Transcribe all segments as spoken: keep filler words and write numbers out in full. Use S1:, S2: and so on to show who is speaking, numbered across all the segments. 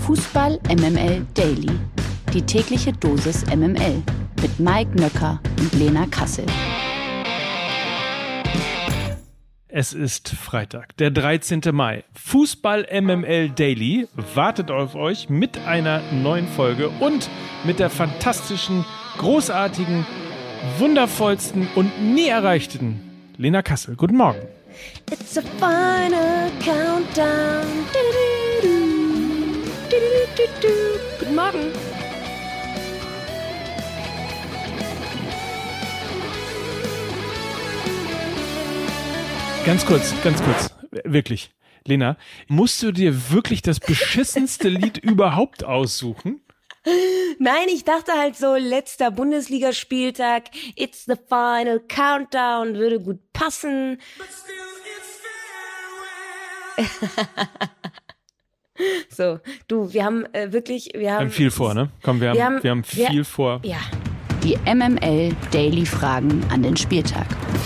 S1: Fußball M M L Daily. Die tägliche Dosis M M L mit Mike Nöcker und Lena Kassel.
S2: Es ist Freitag, der dreizehnten Mai. Fußball M M L Daily wartet auf euch mit einer neuen Folge und mit der fantastischen, großartigen, wundervollsten und nie erreichten Lena Kassel. Guten Morgen.
S3: It's a final countdown. Guten Morgen.
S2: Ganz kurz, ganz kurz, wirklich. Lena, musst du dir wirklich das beschissenste Lied überhaupt aussuchen?
S3: Nein, ich dachte halt so, letzter Bundesligaspieltag, it's the final countdown, würde gut passen. So, du, wir haben äh, wirklich, wir haben...
S2: Wir haben viel vor, ne? Komm, wir haben,
S3: wir haben,
S2: wir haben viel
S3: wir,
S2: vor.
S3: Ja.
S1: Die M M L Daily Fragen an den Spieltag.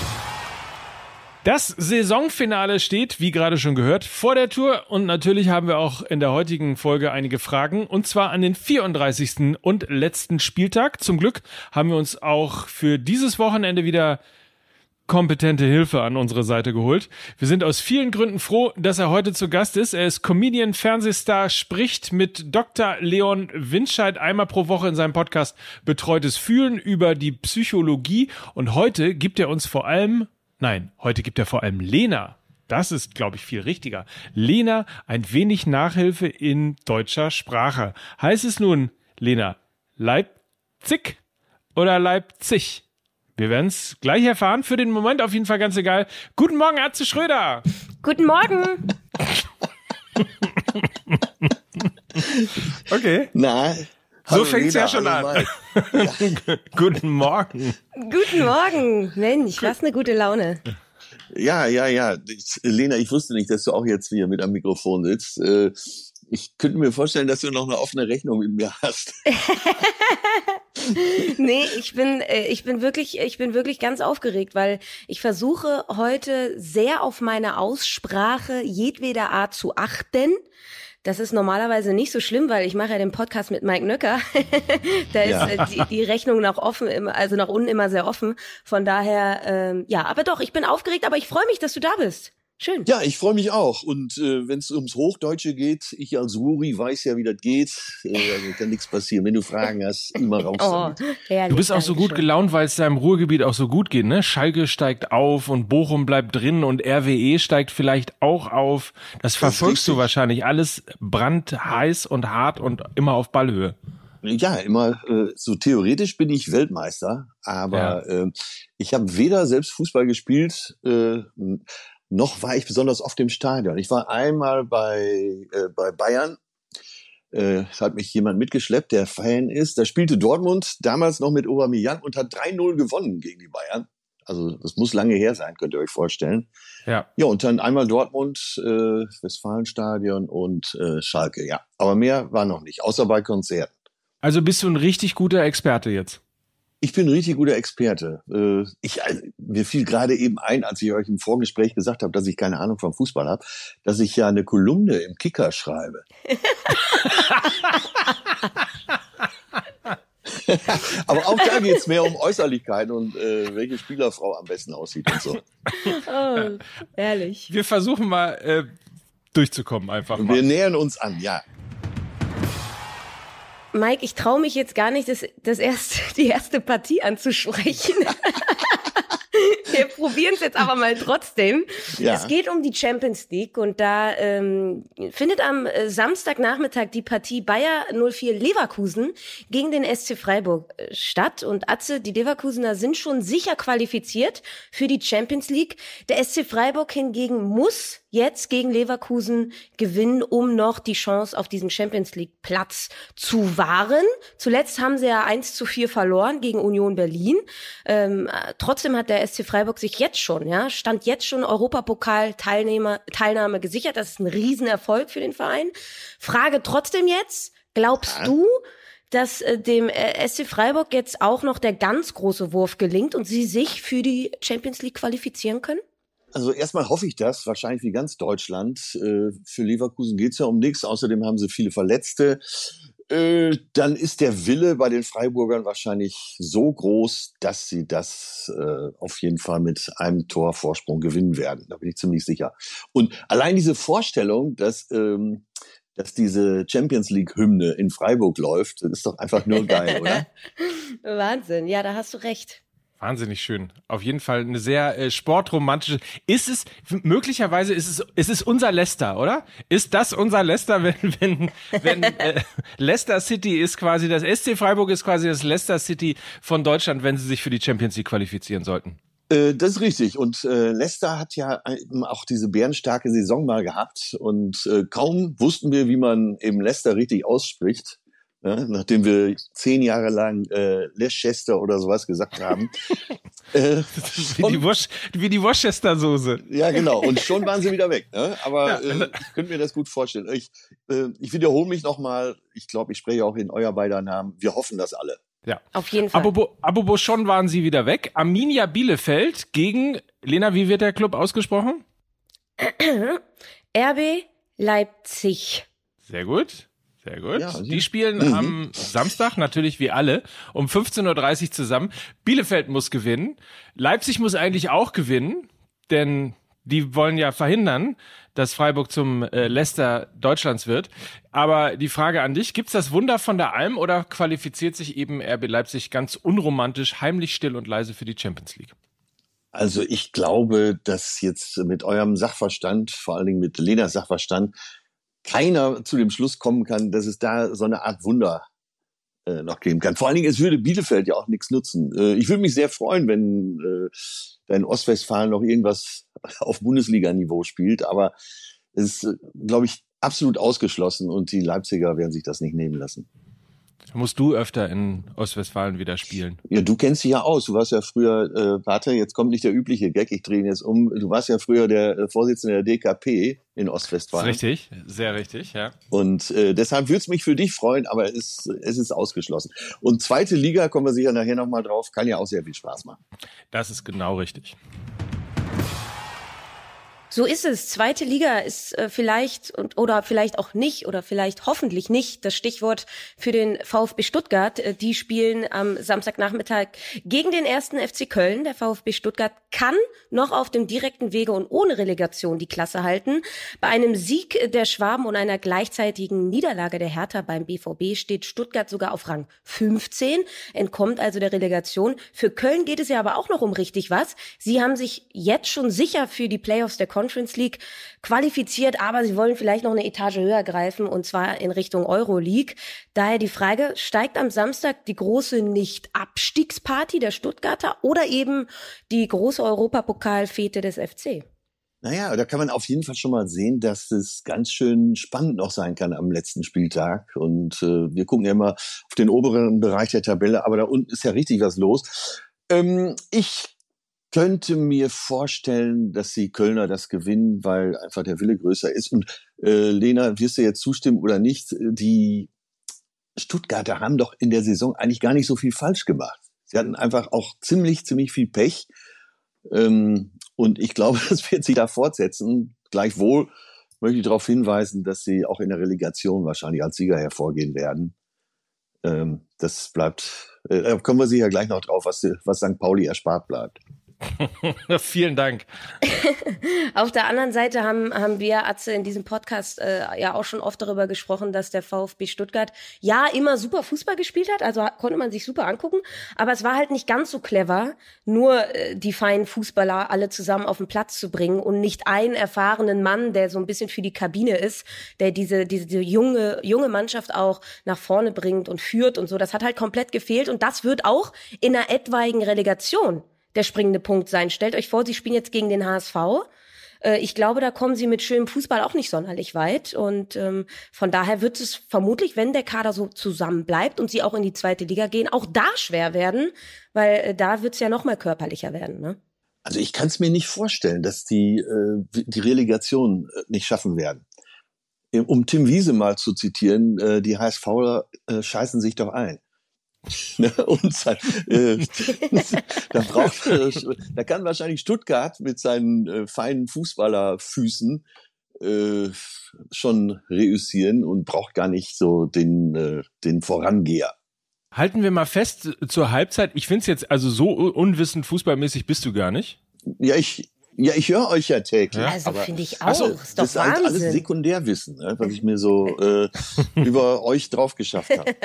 S2: Das Saisonfinale steht, wie gerade schon gehört, vor der Tour und natürlich haben wir auch in der heutigen Folge einige Fragen und zwar an den vierunddreißigsten und letzten Spieltag. Zum Glück haben wir uns auch für dieses Wochenende wieder kompetente Hilfe an unsere Seite geholt. Wir sind aus vielen Gründen froh, dass er heute zu Gast ist. Er ist Comedian, Fernsehstar, spricht mit Doktor Leon Winscheid einmal pro Woche in seinem Podcast Betreutes Fühlen über die Psychologie und heute gibt er uns vor allem Nein, heute gibt er vor allem Lena, das ist, glaube ich, viel richtiger, Lena ein wenig Nachhilfe in deutscher Sprache. Heißt es nun, Lena, Leipzig oder Leipzig? Wir werden es gleich erfahren, für den Moment auf jeden Fall ganz egal. Guten Morgen, Atze Schröder.
S3: Guten Morgen.
S2: Okay.
S4: Na,
S2: so fängt es ja schon an. Ja. Guten Morgen.
S3: Guten Morgen. Mensch, was eine gute Laune.
S4: Ja, ja, ja. Ich, Lena, ich wusste nicht, dass du auch jetzt hier mit am Mikrofon sitzt. Ich könnte mir vorstellen, dass du noch eine offene Rechnung mit mir hast.
S3: Nee, ich bin, ich bin wirklich, ich bin wirklich ganz aufgeregt, weil ich versuche heute sehr auf meine Aussprache jedweder Art zu achten. Das ist normalerweise nicht so schlimm, weil ich mache ja den Podcast mit Mike Nöcker. Da ist ja. äh, die, die Rechnung nach offen, immer, also nach unten immer sehr offen. Von daher, ähm, ja, aber doch, ich bin aufgeregt, aber ich freue mich, dass du da bist. Schön.
S4: Ja, ich freue mich auch. Und äh, wenn es ums Hochdeutsche geht, ich als Ruri weiß ja, wie das geht. Äh, also kann nichts passieren. Wenn du Fragen hast, immer raus damit.
S3: Oh, herrlich,
S2: du bist auch so gut schön gelaunt, weil es da im Ruhrgebiet auch so gut geht, ne? Schalke steigt auf und Bochum bleibt drin und R W E steigt vielleicht auch auf. Das verfolgst du wahrscheinlich. Alles brandheiß und hart und immer auf Ballhöhe.
S4: Ja, immer äh, so theoretisch bin ich Weltmeister, aber ja. äh, ich habe weder selbst Fußball gespielt, äh, noch war ich besonders oft im Stadion. Ich war einmal bei äh, bei Bayern. Äh, es hat mich jemand mitgeschleppt, der Fan ist. Da spielte Dortmund damals noch mit Aubameyang und hat drei null gewonnen gegen die Bayern. Also das muss lange her sein, könnt ihr euch vorstellen. Ja. Ja, und dann einmal Dortmund, äh, Westfalenstadion und äh, Schalke. Ja, aber mehr war noch nicht, außer bei Konzerten.
S2: Also bist du ein richtig guter Experte jetzt?
S4: Ich bin ein richtig guter Experte. Ich, also, mir fiel gerade eben ein, als ich euch im Vorgespräch gesagt habe, dass ich keine Ahnung vom Fußball habe, dass ich ja eine Kolumne im Kicker schreibe. Aber auch da geht's mehr um Äußerlichkeiten und äh, welche Spielerfrau am besten aussieht und so.
S3: Oh, ehrlich.
S2: Wir versuchen mal äh, durchzukommen einfach mal.
S4: Wir nähern uns an, ja.
S3: Mike, ich traue mich jetzt gar nicht, das, das erste, die erste Partie anzusprechen. Wir probieren es jetzt aber mal trotzdem. Ja. Es geht um die Champions League und da ähm, findet am Samstagnachmittag die Partie Bayer null vier Leverkusen gegen den S C Freiburg statt. Und Atze, die Leverkusener sind schon sicher qualifiziert für die Champions League. Der S C Freiburg hingegen muss jetzt gegen Leverkusen gewinnen, um noch die Chance auf diesen Champions League Platz zu wahren. Zuletzt haben sie ja eins zu vier verloren gegen Union Berlin. Ähm, trotzdem hat der S C Freiburg sich jetzt schon, ja, stand jetzt schon Europapokal-Teilnehmer, Teilnahme gesichert. Das ist ein Riesenerfolg für den Verein. Frage trotzdem jetzt, glaubst ja. du, dass äh, dem äh, S C Freiburg jetzt auch noch der ganz große Wurf gelingt und sie sich für die Champions League qualifizieren können?
S4: Also erstmal hoffe ich das, wahrscheinlich wie ganz Deutschland. Äh, für Leverkusen geht's ja um nichts. Außerdem haben sie viele Verletzte. Äh, dann ist der Wille bei den Freiburgern wahrscheinlich so groß, dass sie das äh, auf jeden Fall mit einem Tor Vorsprung gewinnen werden. Da bin ich ziemlich sicher. Und allein diese Vorstellung, dass, ähm, dass diese Champions League-Hymne in Freiburg läuft, das ist doch einfach nur geil, oder?
S3: Wahnsinn, ja, da hast du recht.
S2: Wahnsinnig schön. Auf jeden Fall eine sehr äh, sportromantische. Ist es, möglicherweise ist es, ist es unser Leicester, oder? Ist das unser Leicester, wenn, wenn, wenn äh, Leicester City ist quasi, das S C Freiburg ist quasi das Leicester City von Deutschland, wenn sie sich für die Champions League qualifizieren sollten?
S4: Äh, das ist richtig. Und äh, Leicester hat ja eben auch diese bärenstarke Saison mal gehabt. Und äh, kaum wussten wir, wie man eben Leicester richtig ausspricht. Ja, nachdem wir zehn Jahre lang äh, Leicester oder sowas gesagt haben.
S2: äh, wie, die Wash, wie die Worcestersoße.
S4: Ja, genau. Und schon waren sie wieder weg. Ne? Aber ja. äh, ich könnte mir das gut vorstellen. Ich, äh, ich wiederhole mich nochmal. Ich glaube, ich spreche auch in euer beider Namen. Wir hoffen das alle.
S2: Ja,
S3: auf jeden Fall.
S2: Apropos, apropos schon waren sie wieder weg. Arminia Bielefeld gegen, Lena, wie wird der Club ausgesprochen?
S3: R B Leipzig.
S2: Sehr gut. Sehr gut. Ja, die spielen
S4: mhm.
S2: am Samstag, natürlich wie alle, um fünfzehn Uhr dreißig zusammen. Bielefeld muss gewinnen. Leipzig muss eigentlich auch gewinnen, denn die wollen ja verhindern, dass Freiburg zum äh, Leicester Deutschlands wird. Aber die Frage an dich, gibt's das Wunder von der Alm oder qualifiziert sich eben R B Leipzig ganz unromantisch, heimlich, still und leise für die Champions League?
S4: Also ich glaube, dass jetzt mit eurem Sachverstand, vor allen Dingen mit Lenas Sachverstand, keiner zu dem Schluss kommen kann, dass es da so eine Art Wunder äh, noch geben kann. Vor allen Dingen, es würde Bielefeld ja auch nichts nutzen. Äh, ich würde mich sehr freuen, wenn äh, da in Ostwestfalen noch irgendwas auf Bundesliga-Niveau spielt, aber es ist, äh, glaube ich, absolut ausgeschlossen und die Leipziger werden sich das nicht nehmen lassen.
S2: Musst du öfter in Ostwestfalen wieder spielen?
S4: Ja, du kennst dich ja aus. Du warst ja früher, äh, warte, jetzt kommt nicht der übliche Gag, ich drehe ihn jetzt um. Du warst ja früher der äh, Vorsitzende der D K P in Ostwestfalen.
S2: Das ist richtig, sehr richtig, ja.
S4: Und äh, deshalb würde es mich für dich freuen, aber es ist, es ist ausgeschlossen. Und zweite Liga, kommen wir sicher nachher nochmal drauf, kann ja auch sehr viel Spaß machen.
S2: Das ist genau richtig.
S3: So ist es. Zweite Liga ist äh, vielleicht und oder vielleicht auch nicht oder vielleicht hoffentlich nicht das Stichwort für den VfB Stuttgart. Äh, die spielen am Samstagnachmittag gegen den ersten F C Köln. Der VfB Stuttgart kann noch auf dem direkten Wege und ohne Relegation die Klasse halten. Bei einem Sieg der Schwaben und einer gleichzeitigen Niederlage der Hertha beim B V B steht Stuttgart sogar auf Rang fünfzehn, entkommt also der Relegation. Für Köln geht es ja aber auch noch um richtig was. Sie haben sich jetzt schon sicher für die Playoffs der Conference League qualifiziert, aber sie wollen vielleicht noch eine Etage höher greifen und zwar in Richtung Euroleague. Daher die Frage, steigt am Samstag die große Nicht-Abstiegsparty der Stuttgarter oder eben die große Europapokalfete des F C?
S4: Naja, da kann man auf jeden Fall schon mal sehen, dass es ganz schön spannend noch sein kann am letzten Spieltag. Und äh, wir gucken ja immer auf den oberen Bereich der Tabelle, aber da unten ist ja richtig was los. Ähm, ich könnte mir vorstellen, dass die Kölner das gewinnen, weil einfach der Wille größer ist. Und äh, Lena, wirst du jetzt zustimmen oder nicht? Die Stuttgarter haben doch in der Saison eigentlich gar nicht so viel falsch gemacht. Sie hatten einfach auch ziemlich, ziemlich viel Pech. Ähm, und ich glaube, das wird sich da fortsetzen. Gleichwohl möchte ich darauf hinweisen, dass sie auch in der Relegation wahrscheinlich als Sieger hervorgehen werden. Ähm, das bleibt, äh, da kommen wir sicher gleich noch drauf, was, was Sankt Pauli erspart bleibt.
S2: Vielen Dank.
S3: Auf der anderen Seite haben, haben wir, Atze, in diesem Podcast äh, ja auch schon oft darüber gesprochen, dass der VfB Stuttgart ja immer super Fußball gespielt hat, also konnte man sich super angucken, aber es war halt nicht ganz so clever, nur äh, die feinen Fußballer alle zusammen auf den Platz zu bringen und nicht einen erfahrenen Mann, der so ein bisschen für die Kabine ist, der diese, diese, diese junge, junge Mannschaft auch nach vorne bringt und führt und so. Das hat halt komplett gefehlt und das wird auch in einer etwaigen Relegation der springende Punkt sein. Stellt euch vor, sie spielen jetzt gegen den H S V. Äh, ich glaube, da kommen sie mit schönem Fußball auch nicht sonderlich weit. Und ähm, von daher wird es vermutlich, wenn der Kader so zusammen bleibt und sie auch in die zweite Liga gehen, auch da schwer werden, weil äh, da wird es ja noch mal körperlicher werden, ne?
S4: Also ich kann es mir nicht vorstellen, dass die äh, die Relegation äh, nicht schaffen werden. Um Tim Wiese mal zu zitieren, äh, die HSVler äh, scheißen sich doch ein. Und äh, da braucht, da kann wahrscheinlich Stuttgart mit seinen äh, feinen Fußballerfüßen äh, schon reüssieren und braucht gar nicht so den, äh, den Vorangeher.
S2: Halten wir mal fest zur Halbzeit. Ich finde es jetzt, also so unwissend fußballmäßig bist du gar nicht.
S4: Ja, ich, ja, ich höre euch ja täglich.
S3: Also finde ich auch.
S4: So,
S3: ist doch
S4: das
S3: Wahnsinn.
S4: ist halt alles Sekundärwissen, ne, was ich mir so äh, über euch drauf geschafft habe.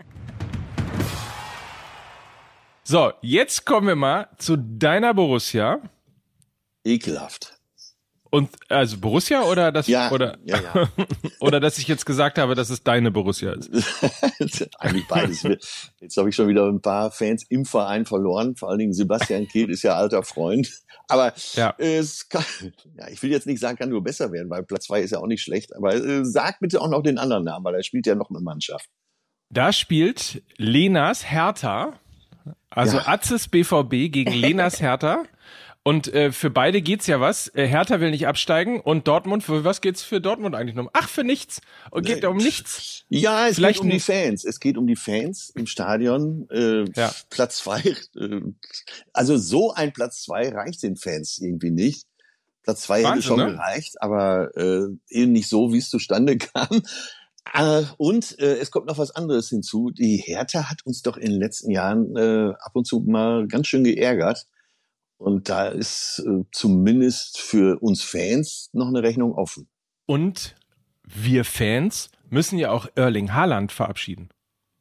S2: So, jetzt kommen wir mal zu deiner Borussia.
S4: Ekelhaft.
S2: Und also Borussia oder das
S4: ja,
S2: oder
S4: ja, ja.
S2: oder dass ich jetzt gesagt habe, dass es deine Borussia ist.
S4: Eigentlich beides. Jetzt habe ich schon wieder ein paar Fans im Verein verloren. Vor allen Dingen Sebastian Kehl ist ja alter Freund. Aber ja. es kann, ja, ich will jetzt nicht sagen, kann nur besser werden, weil Platz zwei ist ja auch nicht schlecht. Aber äh, sag bitte auch noch den anderen Namen, weil er spielt ja noch eine Mannschaft.
S2: Da spielt Lenas Hertha, also ja. Atzes B V B gegen Lenas Hertha. Und äh, für beide geht's ja was. Äh, Hertha will nicht absteigen und Dortmund, für was geht's für Dortmund eigentlich noch? Ach, für nichts. Und geht ja um nichts.
S4: Ja, es
S2: Vielleicht
S4: geht um die Fans. Es geht um die Fans im Stadion. Äh, ja. Platz zwei. Äh, also so ein Platz zwei reicht den Fans irgendwie nicht. Platz zwei Wahnsinn, hätte schon ne? gereicht, aber äh, eben nicht so, wie es zustande kam. Äh, und äh, es kommt noch was anderes hinzu. Die Hertha hat uns doch in den letzten Jahren äh, ab und zu mal ganz schön geärgert. Und da ist äh, zumindest für uns Fans noch eine Rechnung offen.
S2: Und wir Fans müssen ja auch Erling Haaland verabschieden.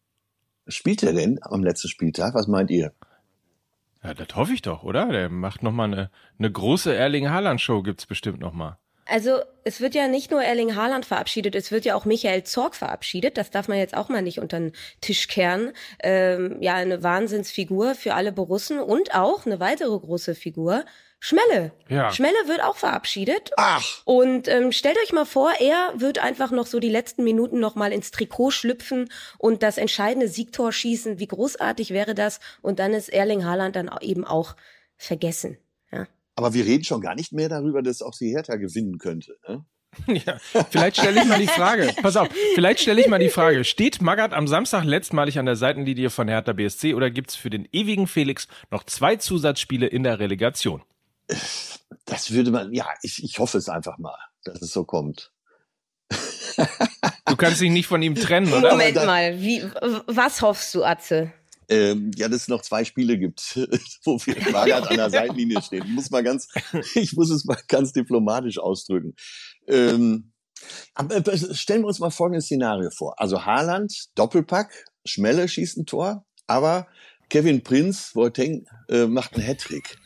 S4: Spielt er denn am letzten Spieltag? Was meint ihr?
S2: Ja, das hoffe ich doch, oder? Der macht nochmal eine, eine große Erling Haaland-Show, gibt's bestimmt nochmal.
S3: Also es wird ja nicht nur Erling Haaland verabschiedet, es wird ja auch Michael Zorc verabschiedet. Das darf man jetzt auch mal nicht unter den Tisch kehren. Ähm, ja, eine Wahnsinnsfigur für alle Borussen und auch eine weitere große Figur, Schmelle. Ja. Schmelle wird auch verabschiedet.
S4: Ach.
S3: Und ähm, stellt euch mal vor, er wird einfach noch so die letzten Minuten noch mal ins Trikot schlüpfen und das entscheidende Siegtor schießen. Wie großartig wäre das? Und dann ist Erling Haaland dann eben auch vergessen. Ja.
S4: Aber wir reden schon gar nicht mehr darüber, dass auch die Hertha gewinnen könnte. Ne?
S2: Ja, vielleicht stelle ich mal die Frage. Pass auf, vielleicht stelle ich mal die Frage. Steht Magath am Samstag letztmalig an der Seitenlinie von Hertha B S C oder gibt's für den ewigen Felix noch zwei Zusatzspiele in der Relegation?
S4: Das würde man, ja, ich, ich hoffe es einfach mal, dass es so kommt.
S2: Du kannst dich nicht von ihm trennen, oder?
S3: Moment mal, wie, was hoffst du, Atze?
S4: Ähm, ja, dass es noch zwei Spiele gibt, wo wir Magath an der Seitenlinie stehen. Ich muss mal ganz, ich muss es mal ganz diplomatisch ausdrücken. Ähm, aber stellen wir uns mal folgendes Szenario vor. Also Haaland, Doppelpack, Schmelle schießt ein Tor, aber Kevin Prinz, Boateng, äh, macht einen Hattrick.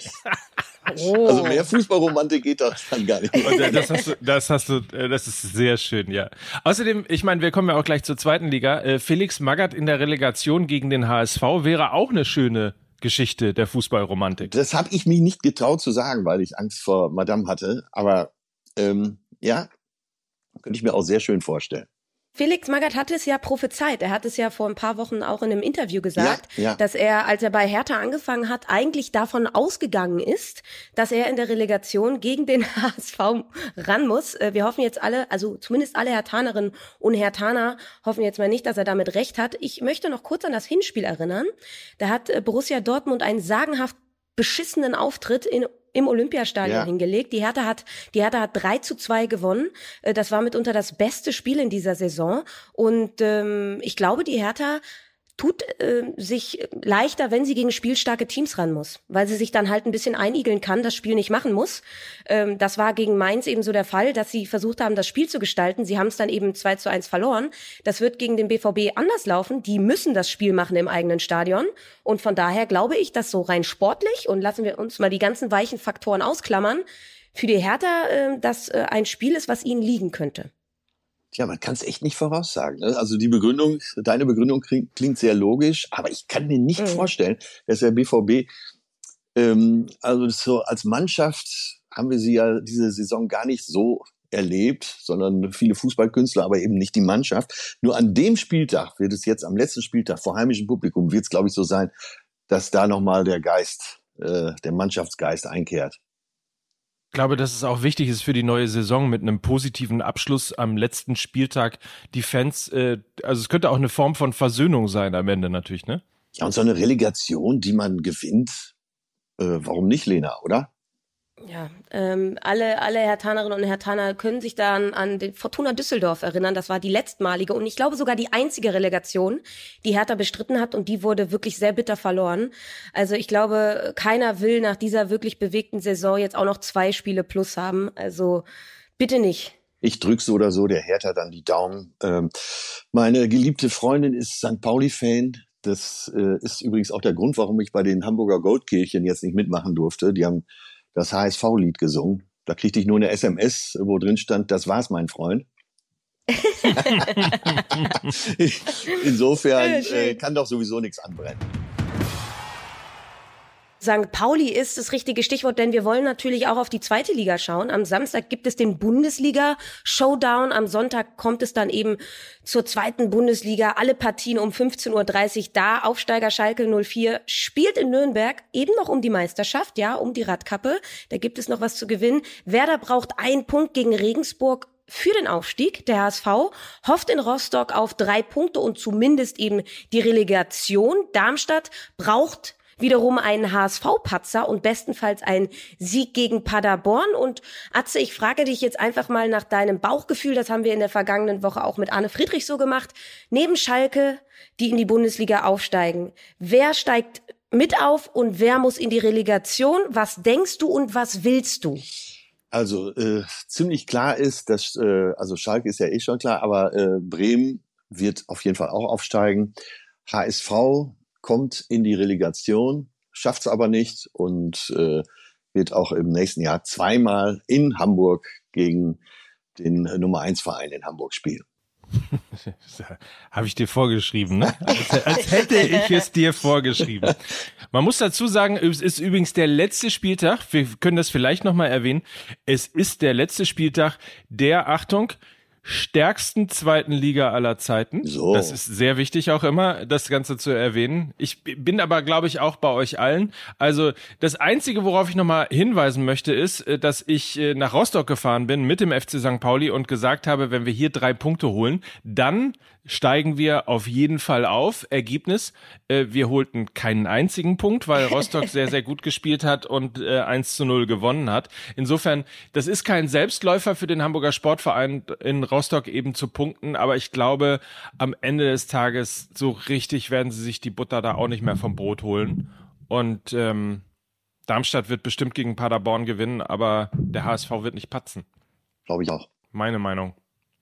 S4: Oh. Also mehr Fußballromantik geht doch dann gar nicht.
S2: Das hast du, das hast du, das ist sehr schön, ja. Außerdem, ich meine, wir kommen ja auch gleich zur zweiten Liga. Felix Magath in der Relegation gegen den H S V wäre auch eine schöne Geschichte der Fußballromantik.
S4: Das habe ich mich nicht getraut zu sagen, weil ich Angst vor Madame hatte. Aber ähm, ja, könnte ich mir auch sehr schön vorstellen.
S3: Felix Magath hat es ja prophezeit. Er hat es ja vor ein paar Wochen auch in einem Interview gesagt,
S4: ja, ja.
S3: dass er, als er bei Hertha angefangen hat, eigentlich davon ausgegangen ist, dass er in der Relegation gegen den H S V ran muss. Wir hoffen jetzt alle, also zumindest alle Herthanerinnen und Herthaner hoffen jetzt mal nicht, dass er damit recht hat. Ich möchte noch kurz an das Hinspiel erinnern. Da hat Borussia Dortmund einen sagenhaft beschissenen Auftritt in im Olympiastadion ja. hingelegt. Die Hertha hat, die Hertha hat drei zu zwei gewonnen. Das war mitunter das beste Spiel in dieser Saison. Und ähm, ich glaube, die Hertha tut äh, sich leichter, wenn sie gegen spielstarke Teams ran muss, weil sie sich dann halt ein bisschen einigeln kann, das Spiel nicht machen muss. Ähm, das war gegen Mainz eben so der Fall, dass sie versucht haben, das Spiel zu gestalten. Sie haben es dann eben zwei zu eins verloren. Das wird gegen den B V B anders laufen. Die müssen das Spiel machen im eigenen Stadion. Und von daher glaube ich, dass so rein sportlich, und lassen wir uns mal die ganzen weichen Faktoren ausklammern, für die Hertha äh, das äh, ein Spiel ist, was ihnen liegen könnte.
S4: Tja, man kann es echt nicht voraussagen. Ne? Also die Begründung, deine Begründung klingt, klingt sehr logisch, aber ich kann mir nicht mhm. vorstellen, dass der B V B, ähm, also so als Mannschaft haben wir sie ja diese Saison gar nicht so erlebt, sondern viele Fußballkünstler, aber eben nicht die Mannschaft. Nur an dem Spieltag wird es jetzt, am letzten Spieltag vor heimischem Publikum, wird es, glaube ich, so sein, dass da nochmal der Geist, äh, der Mannschaftsgeist einkehrt.
S2: Ich glaube, dass es auch wichtig ist für die neue Saison mit einem positiven Abschluss am letzten Spieltag. Die Fans, äh, also es könnte auch eine Form von Versöhnung sein am Ende natürlich, ne?
S4: Ja, und so eine Relegation, die man gewinnt, äh, warum nicht, Lena, oder?
S3: Ja, ähm, alle, alle Herthanerinnen und Herthaner können sich dann an den Fortuna Düsseldorf erinnern. Das war die letztmalige und ich glaube sogar die einzige Relegation, die Hertha bestritten hat, und die wurde wirklich sehr bitter verloren. Also ich glaube, keiner will nach dieser wirklich bewegten Saison jetzt auch noch zwei Spiele plus haben. Also bitte nicht.
S4: Ich drück so oder so der Hertha dann die Daumen. Ähm, meine geliebte Freundin ist Sankt Pauli-Fan. Das äh, ist übrigens auch der Grund, warum ich bei den Hamburger Goldkehlchen jetzt nicht mitmachen durfte. Die haben das H S V-Lied gesungen. Da kriegte ich nur eine S M S, wo drin stand, das war's, mein Freund. Insofern äh, kann doch sowieso nichts anbrennen.
S3: Sankt Pauli ist das richtige Stichwort, denn wir wollen natürlich auch auf die zweite Liga schauen. Am Samstag gibt es den Bundesliga-Showdown. Am Sonntag kommt es dann eben zur zweiten Bundesliga. Alle Partien um fünfzehn Uhr dreißig da. Aufsteiger Schalke null vier spielt in Nürnberg eben noch um die Meisterschaft, ja, um die Radkappe. Da gibt es noch was zu gewinnen. Werder braucht einen Punkt gegen Regensburg für den Aufstieg. Der H S V hofft in Rostock auf drei Punkte und zumindest eben die Relegation. Darmstadt braucht wiederum einen H S V-Patzer und bestenfalls einen Sieg gegen Paderborn. Und Atze, ich frage dich jetzt einfach mal nach deinem Bauchgefühl. Das haben wir in der vergangenen Woche auch mit Arne Friedrich so gemacht. Neben Schalke, die in die Bundesliga aufsteigen, wer steigt mit auf und wer muss in die Relegation? Was denkst du und was willst du?
S4: Also äh, ziemlich klar ist, dass äh, also Schalke ist ja eh schon klar, aber äh, Bremen wird auf jeden Fall auch aufsteigen. H S V kommt in die Relegation, schafft es aber nicht und äh, wird auch im nächsten Jahr zweimal in Hamburg gegen den Nummer eins Verein in Hamburg spielen.
S2: Habe ich dir vorgeschrieben, ne? Als, als hätte ich es dir vorgeschrieben. Man muss dazu sagen, es ist übrigens der letzte Spieltag, wir können das vielleicht nochmal erwähnen, es ist der letzte Spieltag der, Achtung, stärksten zweiten Liga aller Zeiten.
S4: So.
S2: Das ist sehr wichtig auch immer, das Ganze zu erwähnen. Ich bin aber, glaube ich, auch bei euch allen. Also das Einzige, worauf ich nochmal hinweisen möchte, ist, dass ich nach Rostock gefahren bin mit dem F C Sankt Pauli und gesagt habe, wenn wir hier drei Punkte holen, dann steigen wir auf jeden Fall auf. Ergebnis, äh, wir holten keinen einzigen Punkt, weil Rostock sehr, sehr gut gespielt hat und äh, eins zu null gewonnen hat. Insofern, das ist kein Selbstläufer für den Hamburger Sportverein in Rostock eben zu punkten, aber ich glaube, am Ende des Tages so richtig werden sie sich die Butter da auch nicht mehr vom Brot holen. Und ähm, Darmstadt wird bestimmt gegen Paderborn gewinnen, aber der H S V wird nicht patzen.
S4: Glaube ich auch.
S2: Meine Meinung.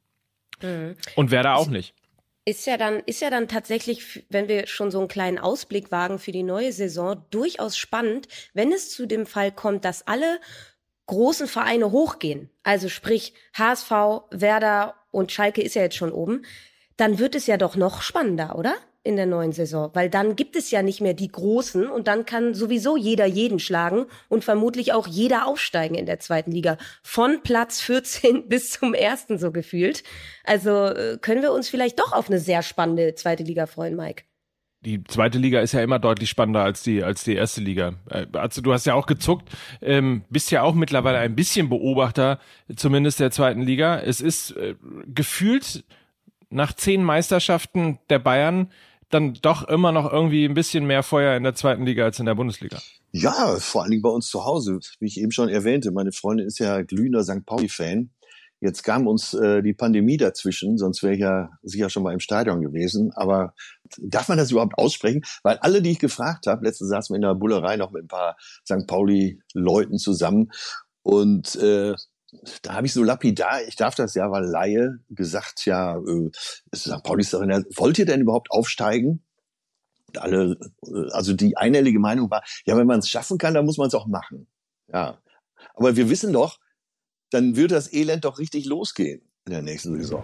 S3: Mhm.
S2: Und Werder auch nicht.
S3: Ist ja dann, ist ja dann tatsächlich, wenn wir schon so einen kleinen Ausblick wagen für die neue Saison, durchaus spannend, wenn es zu dem Fall kommt, dass alle großen Vereine hochgehen, also sprich H S V, Werder und Schalke ist ja jetzt schon oben, dann wird es ja doch noch spannender, oder? In der neuen Saison, weil dann gibt es ja nicht mehr die Großen und dann kann sowieso jeder jeden schlagen und vermutlich auch jeder aufsteigen in der zweiten Liga. Von Platz vierzehn bis zum ersten so gefühlt. Also können wir uns vielleicht doch auf eine sehr spannende zweite Liga freuen, Mike.
S2: Die zweite Liga ist ja immer deutlich spannender als die als die erste Liga. Also du hast ja auch gezuckt, ähm, bist ja auch mittlerweile ein bisschen Beobachter, zumindest der zweiten Liga. Es ist äh, gefühlt nach zehn Meisterschaften der Bayern dann doch immer noch irgendwie ein bisschen mehr Feuer in der zweiten Liga als in der Bundesliga.
S4: Ja, vor allen Dingen bei uns zu Hause, wie ich eben schon erwähnte. Meine Freundin ist ja glühender Sankt Pauli-Fan. Jetzt kam uns äh, die Pandemie dazwischen, sonst wäre ich ja sicher schon mal im Stadion gewesen. Aber darf man das überhaupt aussprechen? Weil alle, die ich gefragt habe, letztens saßen wir in der Bullerei noch mit ein paar Sankt Pauli-Leuten zusammen und äh, da habe ich so lapidar, ich darf das ja, weil Laie, gesagt, ja, äh, Sankt Pauli ist doch in der, wollt ihr denn überhaupt aufsteigen? Und alle, äh, also die einhellige Meinung war, ja, wenn man es schaffen kann, dann muss man es auch machen. Ja, aber wir wissen doch, dann wird das Elend doch richtig losgehen in der nächsten Saison.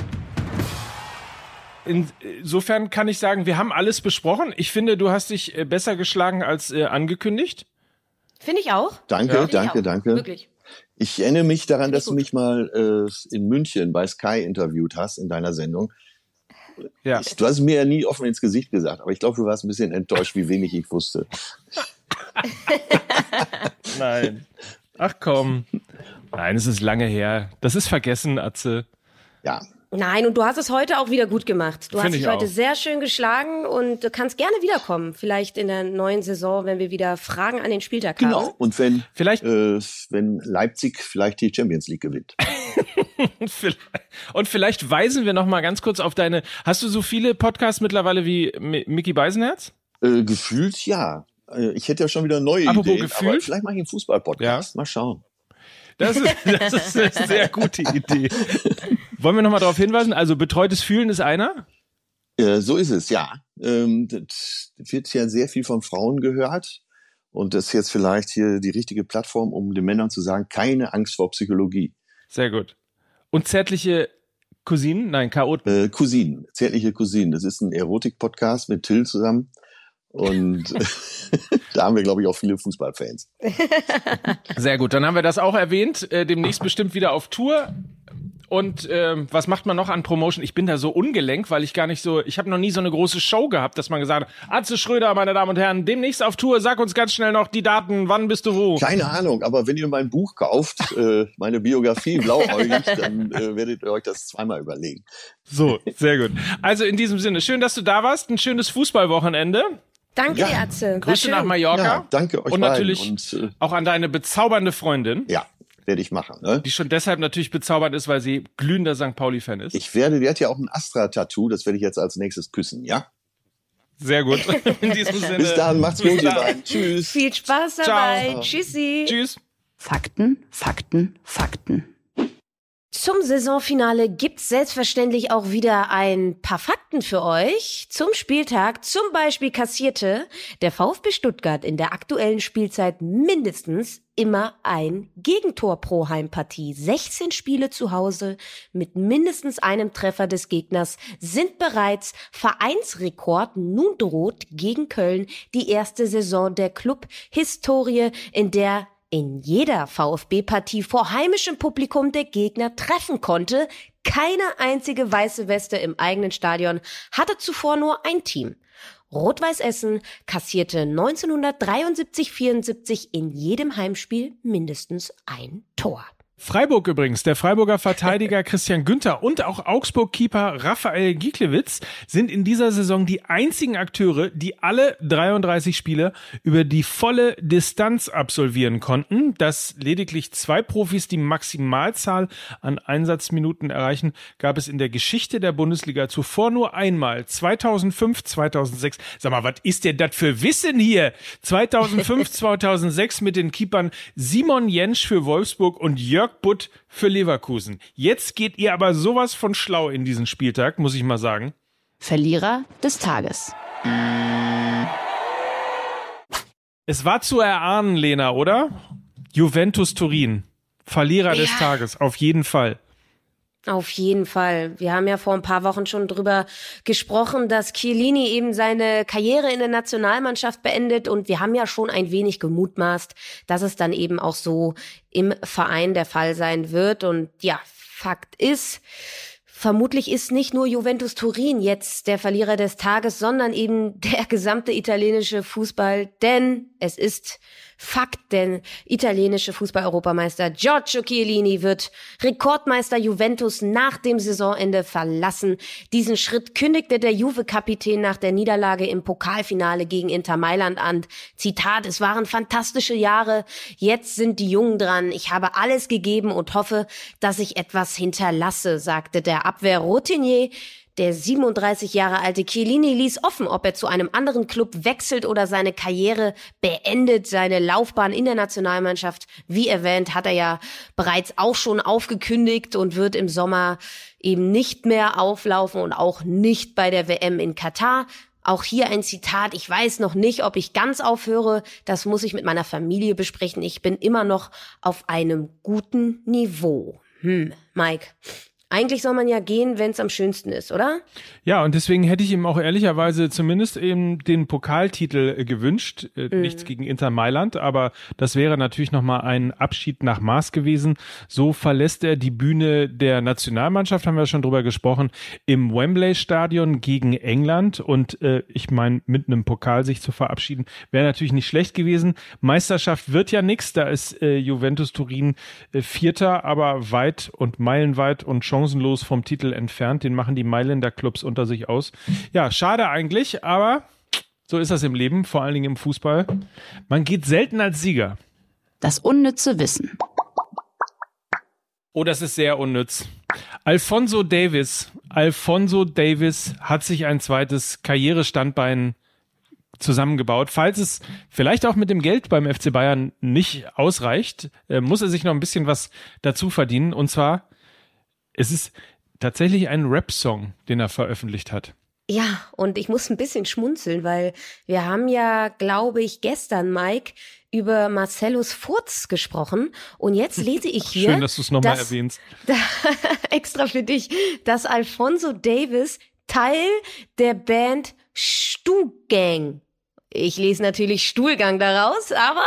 S2: Insofern kann ich sagen, wir haben alles besprochen. Ich finde, du hast dich besser geschlagen als äh, angekündigt.
S3: Finde ich auch.
S4: Danke,
S3: ja,
S4: danke,
S3: auch.
S4: danke.
S3: Wirklich.
S4: Ich erinnere mich daran,
S3: Finde
S4: dass du mich mal äh, in München bei Sky interviewt hast in deiner Sendung.
S2: Ja.
S4: Ich, du hast mir ja nie offen ins Gesicht gesagt, aber ich glaube, du warst ein bisschen enttäuscht, wie wenig ich wusste.
S2: Nein. Ach komm. Nein, es ist lange her. Das ist vergessen, Atze.
S4: Ja.
S3: Nein, und du hast es heute auch wieder gut gemacht. Du
S2: Find
S3: hast dich heute auch. sehr schön geschlagen und du kannst gerne wiederkommen. Vielleicht in der neuen Saison, wenn wir wieder Fragen an den Spieltag
S4: genau.
S3: haben.
S4: Genau. Und wenn,
S2: vielleicht,
S4: äh, wenn Leipzig vielleicht die Champions League gewinnt.
S2: Und vielleicht weisen wir noch mal ganz kurz auf deine, hast du so viele Podcasts mittlerweile wie Micky Beisenherz?
S4: Äh, gefühlt ja. Ich hätte ja schon wieder neue
S2: Apropos
S4: Ideen,
S2: gefühlt?
S4: aber vielleicht mache ich einen Fußball-Podcast. Ja. Mal schauen.
S2: Das ist, das ist eine sehr gute Idee. Wollen wir noch mal darauf hinweisen? Also betreutes Fühlen ist einer?
S4: Äh, so ist es, ja. Ähm, das wird ja sehr viel von Frauen gehört. Und das ist jetzt vielleicht hier die richtige Plattform, um den Männern zu sagen, keine Angst vor Psychologie.
S2: Sehr gut. Und zärtliche Cousinen? Nein, Chaoten.
S4: Äh, Cousinen, zärtliche Cousinen. Das ist ein Erotik-Podcast mit Till zusammen. Und da haben wir, glaube ich, auch viele Fußballfans.
S2: Sehr gut, dann haben wir das auch erwähnt. Äh, demnächst bestimmt wieder auf Tour. Und ähm, was macht man noch an Promotion? Ich bin da so ungelenk, weil ich gar nicht so, ich habe noch nie so eine große Show gehabt, dass man gesagt hat, Atze Schröder, meine Damen und Herren, demnächst auf Tour, sag uns ganz schnell noch die Daten, wann bist du wo?
S4: Keine Ahnung, aber wenn ihr mein Buch kauft, äh, meine Biografie, blauäugig, dann äh, werdet ihr euch das zweimal überlegen.
S2: So, sehr gut. Also in diesem Sinne, schön, dass du da warst, ein schönes Fußballwochenende.
S3: Danke,
S4: ja.
S3: Atze.
S2: Grüße nach Mallorca.
S4: Ja, danke euch
S2: und natürlich
S4: und, äh,
S2: auch an deine bezaubernde Freundin.
S4: Ja, werde ich machen. Ne?
S2: Die schon deshalb natürlich bezaubernd ist, weil sie glühender Sankt Pauli-Fan ist.
S4: Ich werde, die hat ja auch ein Astra-Tattoo, das werde ich jetzt als nächstes küssen, ja?
S2: Sehr gut. In diesem Sinne.
S4: Bis dann, macht's gut, ihr beiden. Tschüss.
S3: Viel Spaß dabei.
S2: Ciao.
S3: Tschüssi.
S2: Tschüss.
S1: Fakten, Fakten, Fakten.
S3: Zum Saisonfinale gibt's selbstverständlich auch wieder ein paar Fakten für euch. Zum Spieltag zum Beispiel kassierte der VfB Stuttgart in der aktuellen Spielzeit mindestens immer ein Gegentor pro Heimpartie. sechzehn Spiele zu Hause mit mindestens einem Treffer des Gegners sind bereits Vereinsrekord. Nun droht gegen Köln die erste Saison der Club-Historie, in der in jeder VfB-Partie vor heimischem Publikum der Gegner treffen konnte. Keine einzige weiße Weste im eigenen Stadion hatte zuvor nur ein Team. Rot-Weiß Essen kassierte neunzehnhundertdreiundsiebzig vierundsiebzig in jedem Heimspiel mindestens ein Tor.
S2: Freiburg übrigens, der Freiburger Verteidiger Christian Günther und auch Augsburg-Keeper Raphael Giklewitz sind in dieser Saison die einzigen Akteure, die alle dreiunddreißig Spiele über die volle Distanz absolvieren konnten. Dass lediglich zwei Profis die Maximalzahl an Einsatzminuten erreichen, gab es in der Geschichte der Bundesliga zuvor nur einmal. zweitausendfünf, zweitausendsechs. Sag mal, was ist denn das für Wissen hier? zweitausendfünf, zweitausendsechs mit den Keepern Simon Jentsch für Wolfsburg und Jörg Butt für Leverkusen. Jetzt geht ihr aber sowas von schlau in diesen Spieltag, muss ich mal sagen.
S1: Verlierer des Tages.
S2: Es war zu erahnen, Lena, oder? Juventus Turin. Verlierer ja. des Tages, auf jeden Fall.
S3: Auf jeden Fall. Wir haben ja vor ein paar Wochen schon drüber gesprochen, dass Chiellini eben seine Karriere in der Nationalmannschaft beendet und wir haben ja schon ein wenig gemutmaßt, dass es dann eben auch so im Verein der Fall sein wird. Und ja, Fakt ist, vermutlich ist nicht nur Juventus Turin jetzt der Verlierer des Tages, sondern eben der gesamte italienische Fußball, denn es ist Fakt, denn italienische Fußball-Europameister Giorgio Chiellini wird Rekordmeister Juventus nach dem Saisonende verlassen. Diesen Schritt kündigte der Juve-Kapitän nach der Niederlage im Pokalfinale gegen Inter Mailand an. Zitat, es waren fantastische Jahre, jetzt sind die Jungen dran. Ich habe alles gegeben und hoffe, dass ich etwas hinterlasse, sagte der Abwehrroutinier. Der siebenunddreißig Jahre alte Chiellini ließ offen, ob er zu einem anderen Club wechselt oder seine Karriere beendet. Seine Laufbahn in der Nationalmannschaft, wie erwähnt, hat er ja bereits auch schon aufgekündigt und wird im Sommer eben nicht mehr auflaufen und auch nicht bei der W M in Katar. Auch hier ein Zitat, ich weiß noch nicht, ob ich ganz aufhöre, das muss ich mit meiner Familie besprechen. Ich bin immer noch auf einem guten Niveau. Hm, Mike, Eigentlich soll man ja gehen, wenn es am schönsten ist, oder?
S2: Ja, und deswegen hätte ich ihm auch ehrlicherweise zumindest eben den Pokaltitel äh, gewünscht. Äh, mhm. Nichts gegen Inter Mailand, aber das wäre natürlich nochmal ein Abschied nach Maß gewesen. So verlässt er die Bühne der Nationalmannschaft, haben wir schon drüber gesprochen, im Wembley-Stadion gegen England. Und äh, ich meine, mit einem Pokal sich zu verabschieden, wäre natürlich nicht schlecht gewesen. Meisterschaft wird ja nichts, da ist äh, Juventus Turin äh, Vierter, aber weit und meilenweit und chancenlos vom Titel entfernt. Den machen die Mailänder Clubs unter sich aus. Ja, schade eigentlich, aber so ist das im Leben, vor allen Dingen im Fußball. Man geht selten als Sieger.
S1: Das unnütze Wissen.
S2: Oh, das ist sehr unnütz. Alphonso Davies. Alphonso Davies hat sich ein zweites Karrierestandbein zusammengebaut. Falls es vielleicht auch mit dem Geld beim F C Bayern nicht ausreicht, äh, muss er sich noch ein bisschen was dazu verdienen. Und zwar, es ist tatsächlich ein Rap-Song, den er veröffentlicht hat.
S3: Ja, und ich muss ein bisschen schmunzeln, weil wir haben ja, glaube ich, gestern, Mike, über Marcellus Furz gesprochen. Und jetzt lese ich hier,
S2: schön, dass du es nochmal erwähnst.
S3: Da, extra für dich, dass Alphonso Davies Teil der Band Stuhlgang. Ich lese natürlich Stuhlgang daraus, aber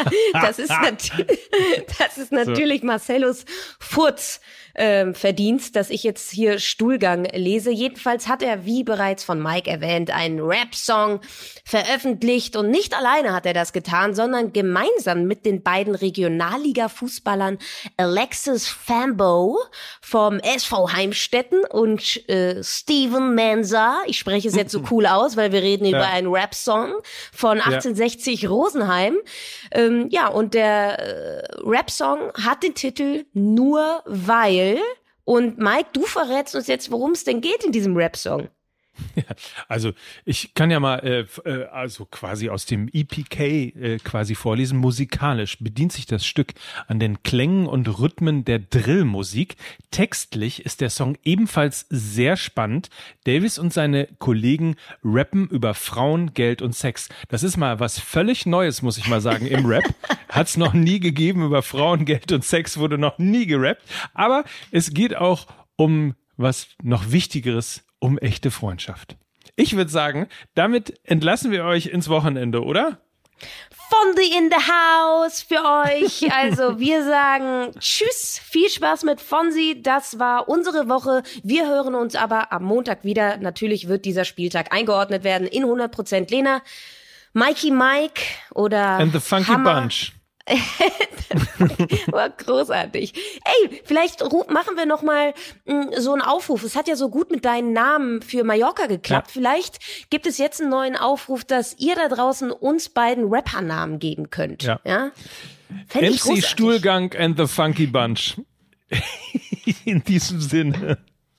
S3: das ist natürlich, das ist natürlich so. Marcellus Furz ähm, Verdienst, dass ich jetzt hier Stuhlgang lese. Jedenfalls hat er, wie bereits von Mike erwähnt, einen Rap-Song veröffentlicht und nicht alleine hat er das getan, sondern gemeinsam mit den beiden Regionalliga-Fußballern Alexis Fambo vom S V Heimstetten und äh, Steven Manza. Ich spreche es jetzt so cool aus, weil wir reden ja. über einen Rap-Song von achtzehnhundertsechzig ja. Rosenheim. Ähm, ja, und der äh, Rap-Song hat den Titel Nur weil. Und Mike, du verrätst uns jetzt, worum es denn geht in diesem Rap-Song.
S2: Ja, also ich kann ja mal äh, äh, also quasi aus dem E P K äh, quasi vorlesen. Musikalisch bedient sich das Stück an den Klängen und Rhythmen der Drillmusik. Textlich ist der Song ebenfalls sehr spannend. Davies und seine Kollegen rappen über Frauen, Geld und Sex. Das ist mal was völlig Neues, muss ich mal sagen, im Rap. Hat's noch nie gegeben. Über Frauen, Geld und Sex wurde noch nie gerappt. Aber es geht auch um was noch Wichtigeres, um echte Freundschaft. Ich würde sagen, damit entlassen wir euch ins Wochenende, oder?
S3: Fonzie in the house für euch. Also wir sagen tschüss, viel Spaß mit Fonzie. Das war unsere Woche. Wir hören uns aber am Montag wieder. Natürlich wird dieser Spieltag eingeordnet werden in hundert Prozent Lena. Mikey Mike oder
S2: And the Funky
S3: Hammer.
S2: Bunch.
S3: War großartig. Ey, vielleicht machen wir noch mal mh, so einen Aufruf. Es hat ja so gut mit deinen Namen für Mallorca geklappt. Ja. Vielleicht gibt es jetzt einen neuen Aufruf, dass ihr da draußen uns beiden Rapper-Namen geben könnt. Ja. ja?
S2: M C Stuhlgang and the Funky Bunch. In diesem Sinne.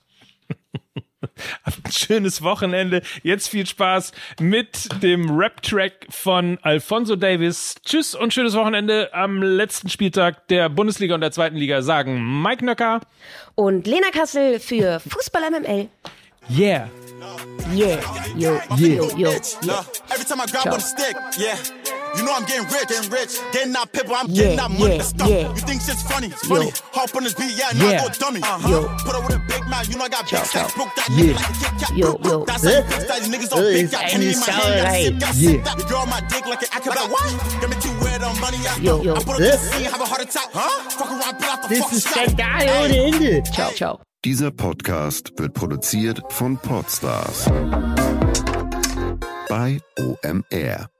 S2: Habt ein schönes Wochenende. Jetzt viel Spaß mit dem Rap-Track von Alphonso Davies. Tschüss und schönes Wochenende. Am letzten Spieltag der Bundesliga und der zweiten Liga sagen Mike Nöcker
S3: und Lena Kassel für Fußball M M L.
S2: Yeah.
S3: Yeah. Yo,
S2: yeah.
S3: yo, yo, yo.
S5: Every time I grab
S3: Ciao.
S5: on the stick, yeah. You know I'm getting rich, getting rich. Getting that paper, I'm
S3: Yeah,
S5: getting that money.
S3: yeah,
S5: Let's go.
S3: yeah.
S5: You think shit's funny? It's
S3: Yo.
S5: funny. Hop on this beat, yeah, now
S2: Yeah.
S5: I go dummy. Uh-huh.
S3: Yo.
S5: Put up with a big mouth, you know I got big
S3: Ciao,
S5: stacks.
S3: ciao.
S5: Broke that
S2: Yeah.
S5: nigga like a Kit Kat.
S3: Yo, yo.
S5: That's how you bitch that these niggas don't
S3: Uh,
S5: think got
S3: it's
S5: Henny in my
S3: sound
S5: hand. Gotta
S3: right.
S5: sip, gotta
S2: Yeah.
S5: sip that. Your girl my dick like an acrobat. What? Give me two where the money at.
S3: Yo, yo.
S5: I put up the scene, have a heart attack. Huh? Fuck around, pull out the fucking
S3: ist
S5: shot.
S3: Skandal ohne Ende. Ciao, ciao.
S6: Dieser Podcast wird produziert von Podstars bei O M R.